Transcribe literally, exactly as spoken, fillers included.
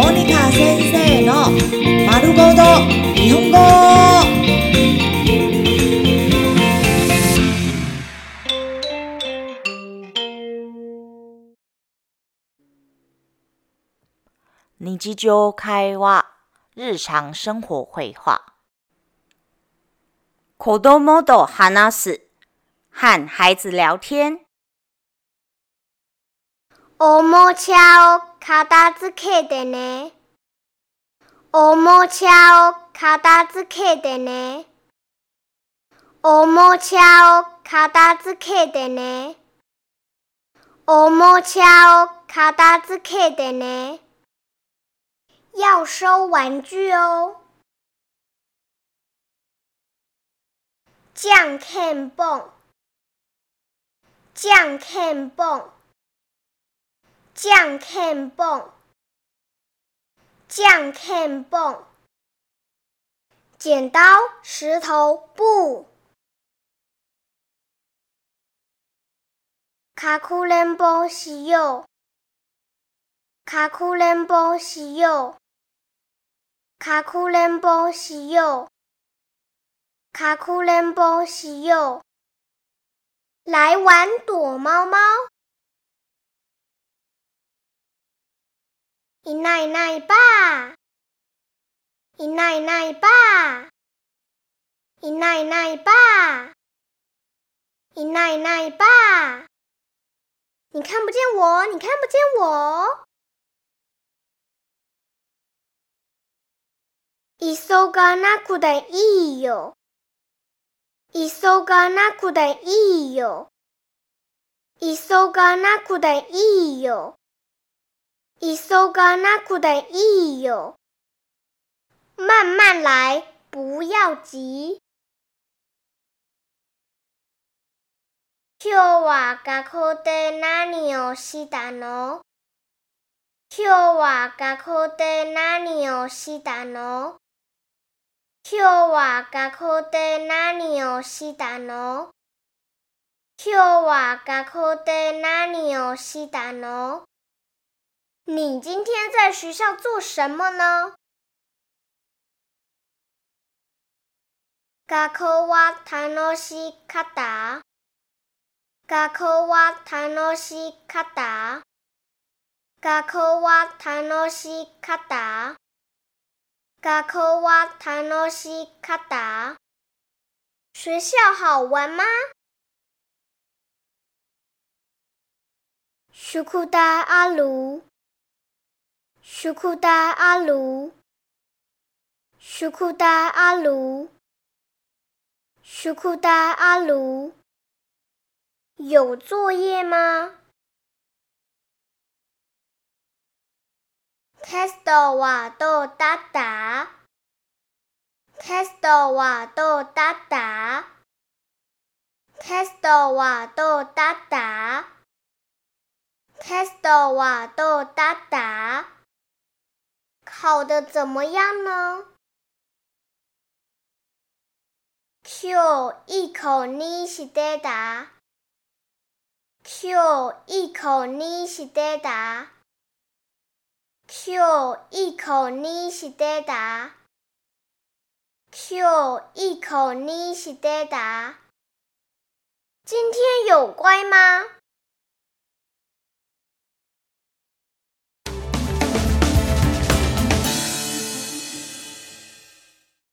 モニカ先生の丸ごと日本語。日常会話、日常生活会話。子供と話す、和孩子聊天。 おもちゃを片付けてね。おもちゃを片付けてね。おもちゃを片付けてね。おもちゃを片付けてね。要收玩具哦。じゃんけんぽん。じゃんけんぽん。じゃんけんぽん。じゃんけんぽん。剪刀石头布。かくれんぼしよう。かくれんぼしよう。かくれんぼしよう。かくれんぼしよう。来玩躲猫猫。いないいないばあ。いないいないばあ。いないいないばあ。いないいないばあ。你看不见我，你看不见我。急がなくていいよ。急がなくていいよ。急がなくていいよ。急がなくていいよ。慢慢来，不要急。今日は学校で何をしたの？今日は学校で何をしたの？今日は学校で何をしたの？今日は学校で何をしたの？你今天在学校做什么呢？学校は楽しかった？学校は楽しかった？学校は楽しかった？学校は楽しかった？学校好玩吗？宿題ある？宿題ある？宿題ある？宿題ある？有作业吗？テストはどうだった？テストはどうだった？テストはどうだった？テストはどうだった？考得怎么样呢？今日いい子にしてた？今日いい子にしてた？今日いい子にしてた？今日いい子にしてた？今天有乖吗？